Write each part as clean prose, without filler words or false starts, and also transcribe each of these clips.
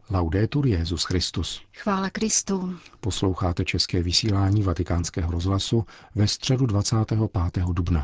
Laudetur Jesus Christus. Chvála Kristu. Posloucháte české vysílání Vatikánského rozhlasu ve středu 25. dubna.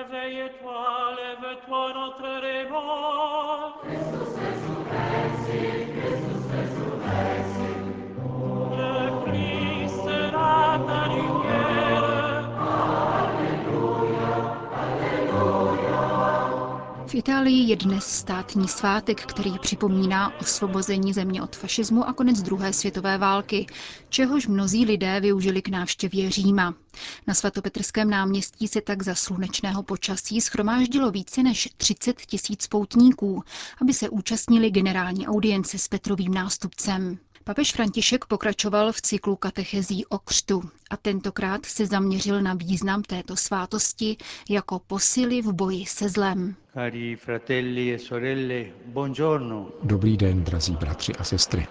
V Itálii je dnes státní svátek, který připomíná osvobození země od fašismu a konec druhé světové války, čehož mnozí lidé využili k návštěvě Říma. Na svatopetrském náměstí se tak za slunečného počasí shromáždilo více než 30 000 poutníků, aby se účastnili generální audience s Petrovým nástupcem. Papež František pokračoval v cyklu katechezí o křtu a tentokrát se zaměřil na význam této svátosti jako posily v boji se zlem. Cari fratelli e sorelle, buongiorno. Dobrý den, drazí bratři a sestry.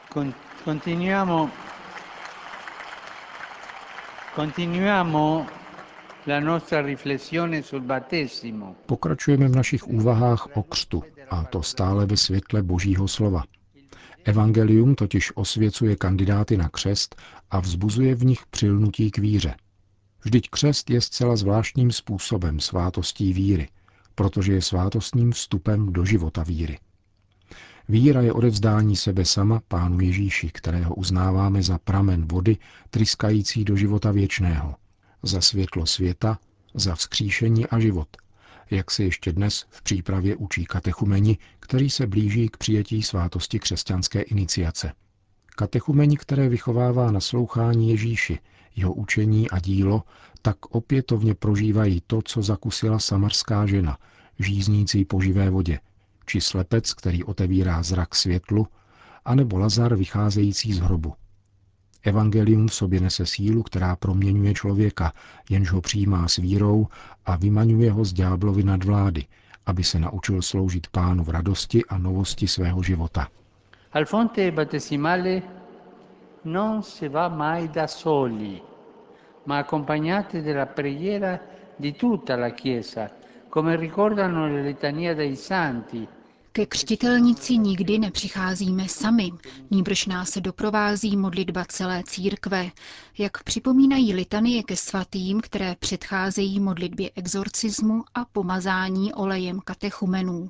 Continuiamo la nostra riflessione sul battesimo. Pokračujeme v našich úvahách o křtu, a to stále ve světle Božího slova. Evangelium totiž osvěcuje kandidáty na křest a vzbuzuje v nich přilnutí k víře. Vždyť křest je zcela zvláštním způsobem svátostí víry, protože je svátostním vstupem do života víry. Víra je odevzdání sebe sama Pánu Ježíši, kterého uznáváme za pramen vody tryskající do života věčného, za světlo světa, za vzkříšení a život, jak se ještě dnes v přípravě učí katechumeni, který se blíží k přijetí svátosti křesťanské iniciace. Katechumeni, které vychovává naslouchání Ježíši, jeho učení a dílo, tak opětovně prožívají to, co zakusila samarská žena, žíznící po živé vodě, či slepec, který otevírá zrak světlu, anebo Lazar vycházející z hrobu. Evangelium v sobě nese sílu, která proměňuje člověka, jenž ho přijímá s vírou a vymaňuje ho z ďáblovy nadvlády, aby se naučil sloužit Pánu v radosti a novosti svého života. Al fonte battesimale non si va mai da soli, ma accompagnati dalla preghiera di tutta la Chiesa, come ricordano le litanie dei santi. Ke křtitelnici nikdy nepřicházíme sami, nýbrž nás doprovází modlitba celé církve, jak připomínají litanie ke svatým, které předcházejí modlitbě exorcismu a pomazání olejem katechumenů.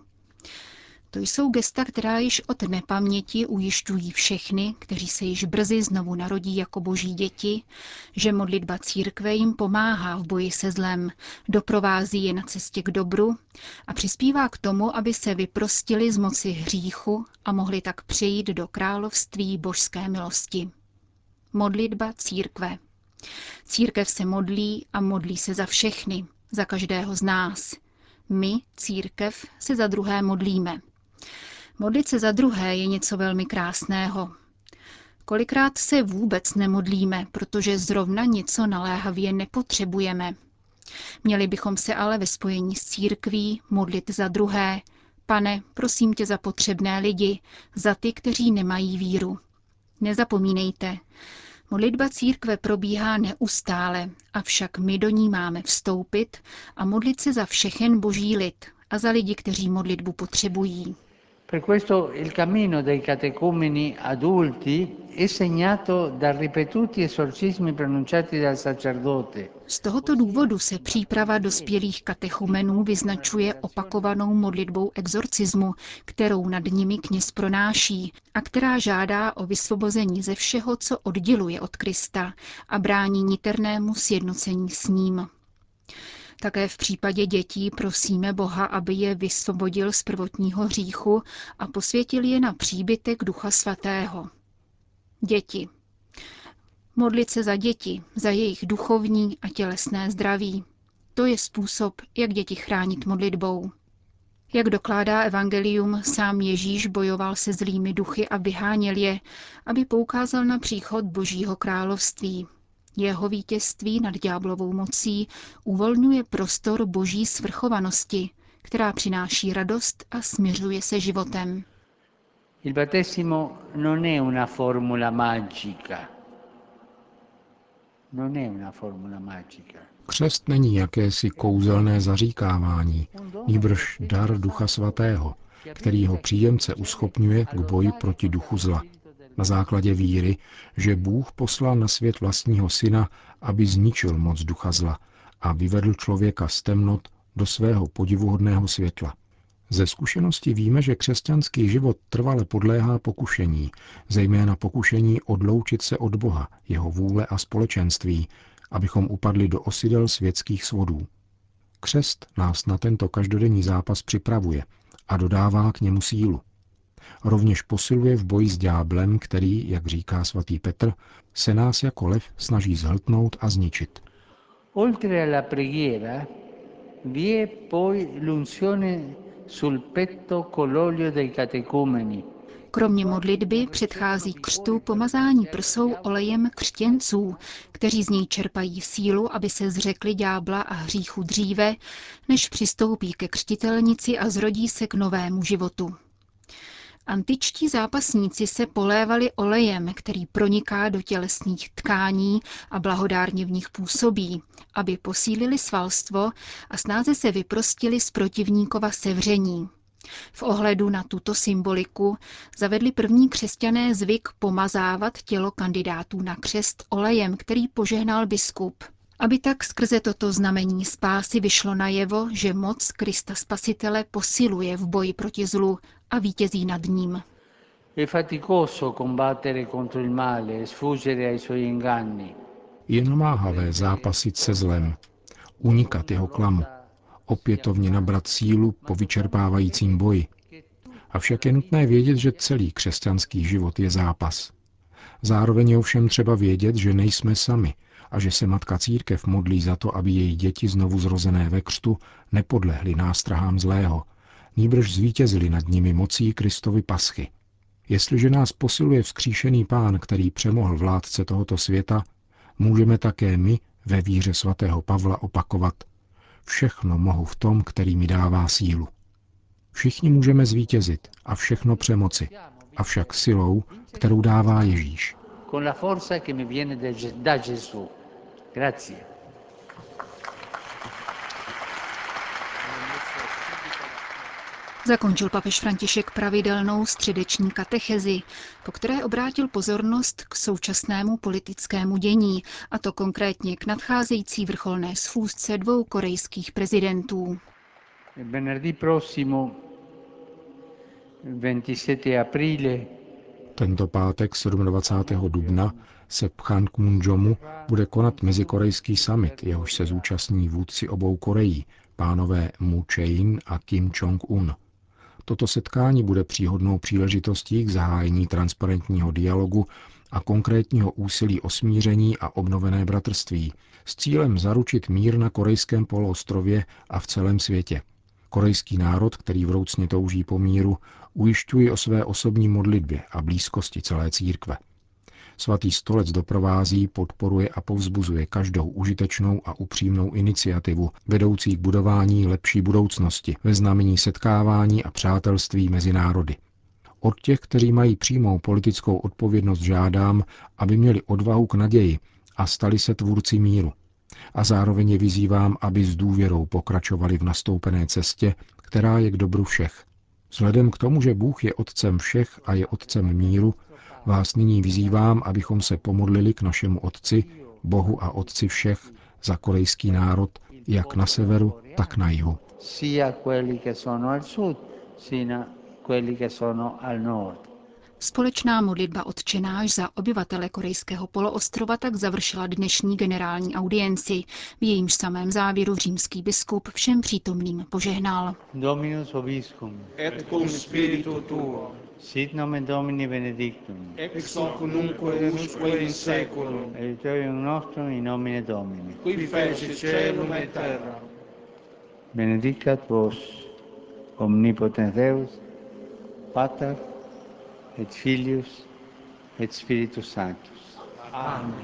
To jsou gesta, která již od nepaměti ujišťují všechny, kteří se již brzy znovu narodí jako boží děti, že modlitba církve jim pomáhá v boji se zlem, doprovází je na cestě k dobru a přispívá k tomu, aby se vyprostili z moci hříchu a mohli tak přejít do království božské milosti. Modlitba církve. Církev se modlí a modlí se za všechny, za každého z nás. My, církev, se za druhé modlíme. Modlit se za druhé je něco velmi krásného. Kolikrát se vůbec nemodlíme, protože zrovna něco naléhavě nepotřebujeme. Měli bychom se ale ve spojení s církví modlit za druhé. Pane, prosím tě za potřebné lidi, za ty, kteří nemají víru. Nezapomínejte, modlitba církve probíhá neustále, avšak my do ní máme vstoupit a modlit se za všechen boží lid a za lidi, kteří modlitbu potřebují. Per questo il cammino dei catecumeni adulti è segnato da ripetuti esorcismi pronunciati dal sacerdote. Z tohoto důvodu se příprava dospělých katechumenů vyznačuje opakovanou modlitbou exorcismu, kterou nad nimi kněz pronáší a která žádá o vysvobození ze všeho, co odděluje od Krista a brání niternému sjednocení s ním. Také v případě dětí prosíme Boha, aby je vysvobodil z prvotního hříchu a posvětil je na příbytek Ducha Svatého. Děti. Modlit se za děti, za jejich duchovní a tělesné zdraví. To je způsob, jak děti chránit modlitbou. Jak dokládá Evangelium, sám Ježíš bojoval se zlými duchy a vyháněl je, aby poukázal na příchod Božího království. Jeho vítězství nad ďáblovou mocí uvolňuje prostor Boží svrchovanosti, která přináší radost a smiřuje se životem. Il battesimo non è una formula magica. Non è una formula magica. Křest není jakési kouzelné zaříkávání, nýbrž dar Ducha Svatého, který jeho příjemce uschopňuje k boji proti duchu zla. Na základě víry, že Bůh poslal na svět vlastního syna, aby zničil moc ducha zla a vyvedl člověka z temnot do svého podivuhodného světla. Ze zkušenosti víme, že křesťanský život trvale podléhá pokušení, zejména pokušení odloučit se od Boha, jeho vůle a společenství, abychom upadli do osidel světských svodů. Křest nás na tento každodenní zápas připravuje a dodává k němu sílu. Rovněž posiluje v boji s ďáblem, který, jak říká svatý Petr, se nás jako lev snaží zhltnout a zničit. Oltre alla preghiera, vi è poi l'unzione sul petto con l'olio dei catecumeni. Kromě modlitby předchází křtu pomazání prsou olejem křtěnců, kteří z něj čerpají sílu, aby se zřekli ďábla a hříchu dříve, než přistoupí ke křtitelnici a zrodí se k novému životu. Antičtí zápasníci se polévali olejem, který proniká do tělesných tkání a blahodárně v nich působí, aby posílili svalstvo a snáze se vyprostili z protivníkova sevření. V ohledu na tuto symboliku zavedli první křesťané zvyk pomazávat tělo kandidátů na křest olejem, který požehnal biskup. Aby tak skrze toto znamení spásy vyšlo najevo, že moc Krista Spasitele posiluje v boji proti zlu a vítězí nad ním. Je namáhavé zápasit se zlem, unikat jeho klamu, opětovně nabrat sílu po vyčerpávajícím boji. Avšak je nutné vědět, že celý křesťanský život je zápas. Zároveň je ovšem třeba vědět, že nejsme sami a že se Matka Církev modlí za to, aby její děti znovu zrozené ve křtu nepodlehly nástrahám zlého, nýbrž zvítězili nad nimi mocí Kristovy paschy. Jestliže nás posiluje vzkříšený Pán, který přemohl vládce tohoto světa, můžeme také my ve víře svatého Pavla opakovat: všechno mohu v tom, který mi dává sílu. Všichni můžeme zvítězit a všechno přemoci, avšak silou, kterou dává Ježíš. Zakončil papež František pravidelnou středeční katechezi, po které obrátil pozornost k současnému politickému dění, a to konkrétně k nadcházející vrcholné schůzce dvou korejských prezidentů. Tento pátek 27. dubna se Pchangkmunjomu bude konat mezikorejský summit, jehož se zúčastní vůdci obou Koreí, pánové Moon Jae-in a Kim Jong-un. Toto setkání bude příhodnou příležitostí k zahájení transparentního dialogu a konkrétního úsilí o smíření a obnovené bratrství s cílem zaručit mír na korejském poloostrově a v celém světě. Korejský národ, který vroucně touží po míru, ujišťuje o své osobní modlitbě a blízkosti celé církve. Svatý stolec doprovází, podporuje a povzbuzuje každou užitečnou a upřímnou iniciativu vedoucí k budování lepší budoucnosti ve znamení setkávání a přátelství mezi národy. Od těch, kteří mají přímou politickou odpovědnost, žádám, aby měli odvahu k naději a stali se tvůrci míru. A zároveň je vyzývám, aby s důvěrou pokračovali v nastoupené cestě, která je k dobru všech. Vzhledem k tomu, že Bůh je otcem všech a je otcem míru, vás nyní vyzývám, abychom se pomodlili k našemu Otci, Bohu a Otci všech, za korejský národ, jak na severu, tak na jihu. Společná modlitba Otčenáš za obyvatele korejského poloostrova tak završila dnešní generální audienci. V jejímž samém závěru římský biskup všem přítomným požehnal. Dominus vobiscum. Et cum spiritu tuo. Sit nomen Domini benedictum. Ex hoc nunquo et usque in seculum. Aiuterium nostrum in nomine Domini. Qui fecit caelum et terra. Benedicat vos omnipotens Deus, Pater et Filius et Spiritus Sanctus. Amen.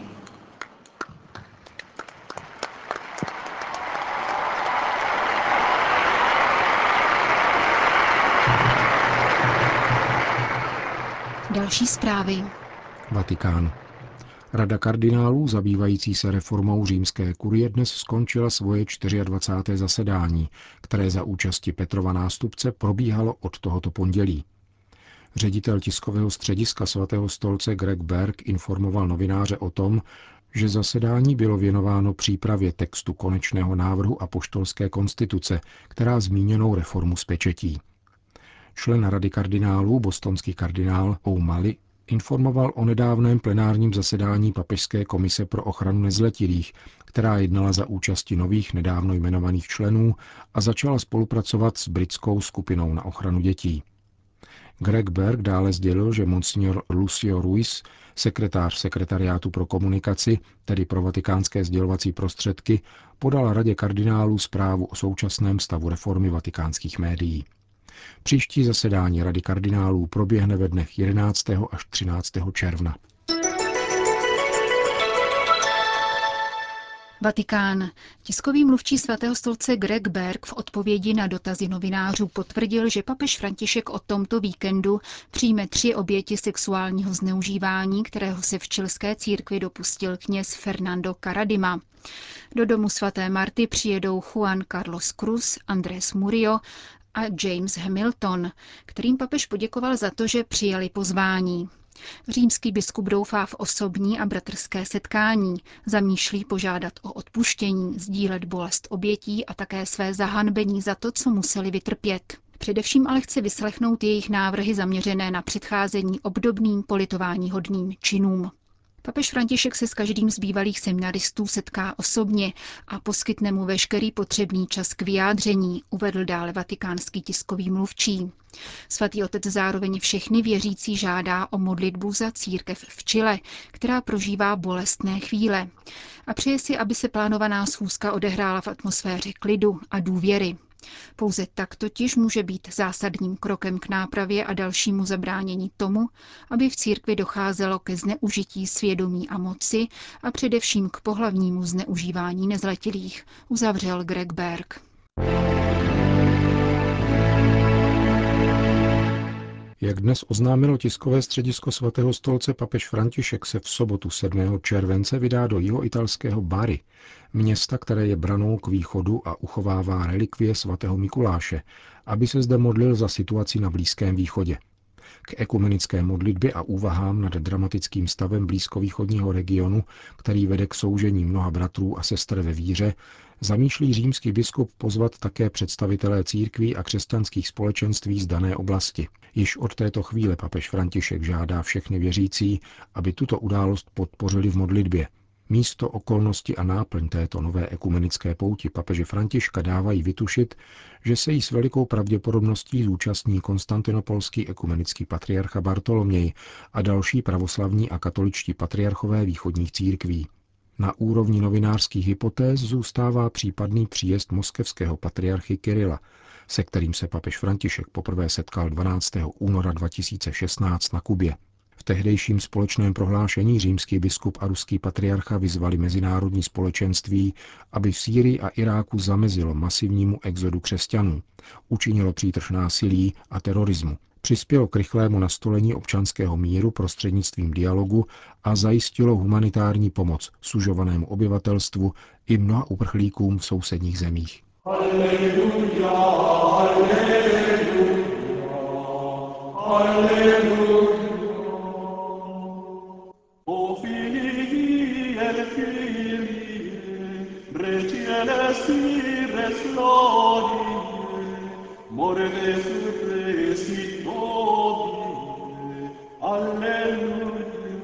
Další zprávy. Vatikán. Rada kardinálů zabývající se reformou římské kurie dnes skončila svoje 24. zasedání, které za účasti Petrova nástupce probíhalo od tohoto pondělí. Ředitel tiskového střediska Svatého stolce Greg Berg informoval novináře o tom, že zasedání bylo věnováno přípravě textu konečného návrhu apoštolské konstituce, která zmíněnou reformu spečetí. Člen Rady kardinálů, bostonský kardinál O'Malley, informoval o nedávném plenárním zasedání Papežské komise pro ochranu nezletilých, která jednala za účasti nových nedávno jmenovaných členů a začala spolupracovat s britskou skupinou na ochranu dětí. Greg Berg dále sdělil, že monsignor Lucio Ruiz, sekretář sekretariátu pro komunikaci, tedy pro vatikánské sdělovací prostředky, podal Radě kardinálů zprávu o současném stavu reformy vatikánských médií. Příští zasedání Rady kardinálů proběhne ve dnech 11. až 13. června. Vatikán. Tiskový mluvčí Svatého stolce Greg Berg v odpovědi na dotazy novinářů potvrdil, že papež František o tomto víkendu přijme 3 oběti sexuálního zneužívání, kterého se v chilské církvi dopustil kněz Fernando Karadima. Do domu svaté Marty přijedou Juan Carlos Cruz, Andrés Murillo a James Hamilton, kterým papež poděkoval za to, že přijali pozvání. Římský biskup doufá v osobní a bratrské setkání, zamýšlí požádat o odpuštění, sdílet bolest obětí a také své zahanbení za to, co museli vytrpět. Především ale chce vyslechnout jejich návrhy zaměřené na předcházení obdobným politováníhodným činům. Papež František se s každým z bývalých seminaristů setká osobně a poskytne mu veškerý potřebný čas k vyjádření, uvedl dále vatikánský tiskový mluvčí. Svatý otec zároveň všechny věřící žádá o modlitbu za církev v Chile, která prožívá bolestné chvíle. A přeje si, aby se plánovaná schůzka odehrála v atmosféře klidu a důvěry. Pouze tak totiž může být zásadním krokem k nápravě a dalšímu zabránění tomu, aby v církvi docházelo ke zneužití svědomí a moci a především k pohlavnímu zneužívání nezletilých, uzavřel Greg Berg. Jak dnes oznámilo tiskové středisko Svatého stolce, papež František se v sobotu 7. července vydá do jihoitalského Bari, města, které je branou k východu a uchovává relikvie svatého Mikuláše, aby se zde modlil za situaci na Blízkém východě. K ekumenické modlitbě a úvahám nad dramatickým stavem blízkovýchodního regionu, který vede k soužení mnoha bratrů a sester ve víře, zamýšlí římský biskup pozvat také představitelé církví a křesťanských společenství z dané oblasti. Již od této chvíle papež František žádá všechny věřící, aby tuto událost podpořili v modlitbě. Místo, okolnosti a náplň této nové ekumenické pouti papeže Františka dávají vytušit, že se jí s velikou pravděpodobností zúčastní konstantinopolský ekumenický patriarcha Bartoloměj a další pravoslavní a katoličtí patriarchové východních církví. Na úrovni novinářských hypotéz zůstává případný příjezd moskevského patriarchy Kirila, se kterým se papež František poprvé setkal 12. února 2016 na Kubě. V tehdejším společném prohlášení římský biskup a ruský patriarcha vyzvali mezinárodní společenství, aby v Sýrii a Iráku zamezilo masivnímu exodu křesťanů, učinilo přítrž násilí a terorismu, přispělo k rychlému nastolení občanského míru prostřednictvím dialogu a zajistilo humanitární pomoc sužovanému obyvatelstvu i mnoha uprchlíkům v sousedních zemích. Alleluja, alleluja, alleluja. O Filii et Filii, reciles ires glorie, morte suppressit nobile. Alleluia,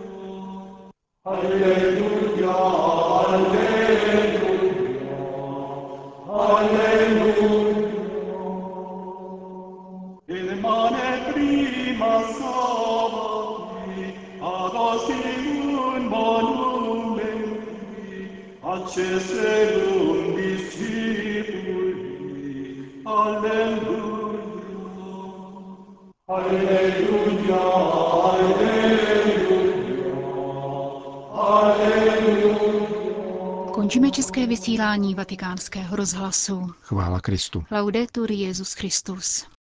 alleluia, alleluia, alleluia. In mane prima sabati, Augustinum monumenti, accesserum discipuli. Alleluia, alleluia, alleluia, alleluia. Končíme české vysílání Vatikánského rozhlasu. Chvála Kristu. Laudetur Jesus Christus.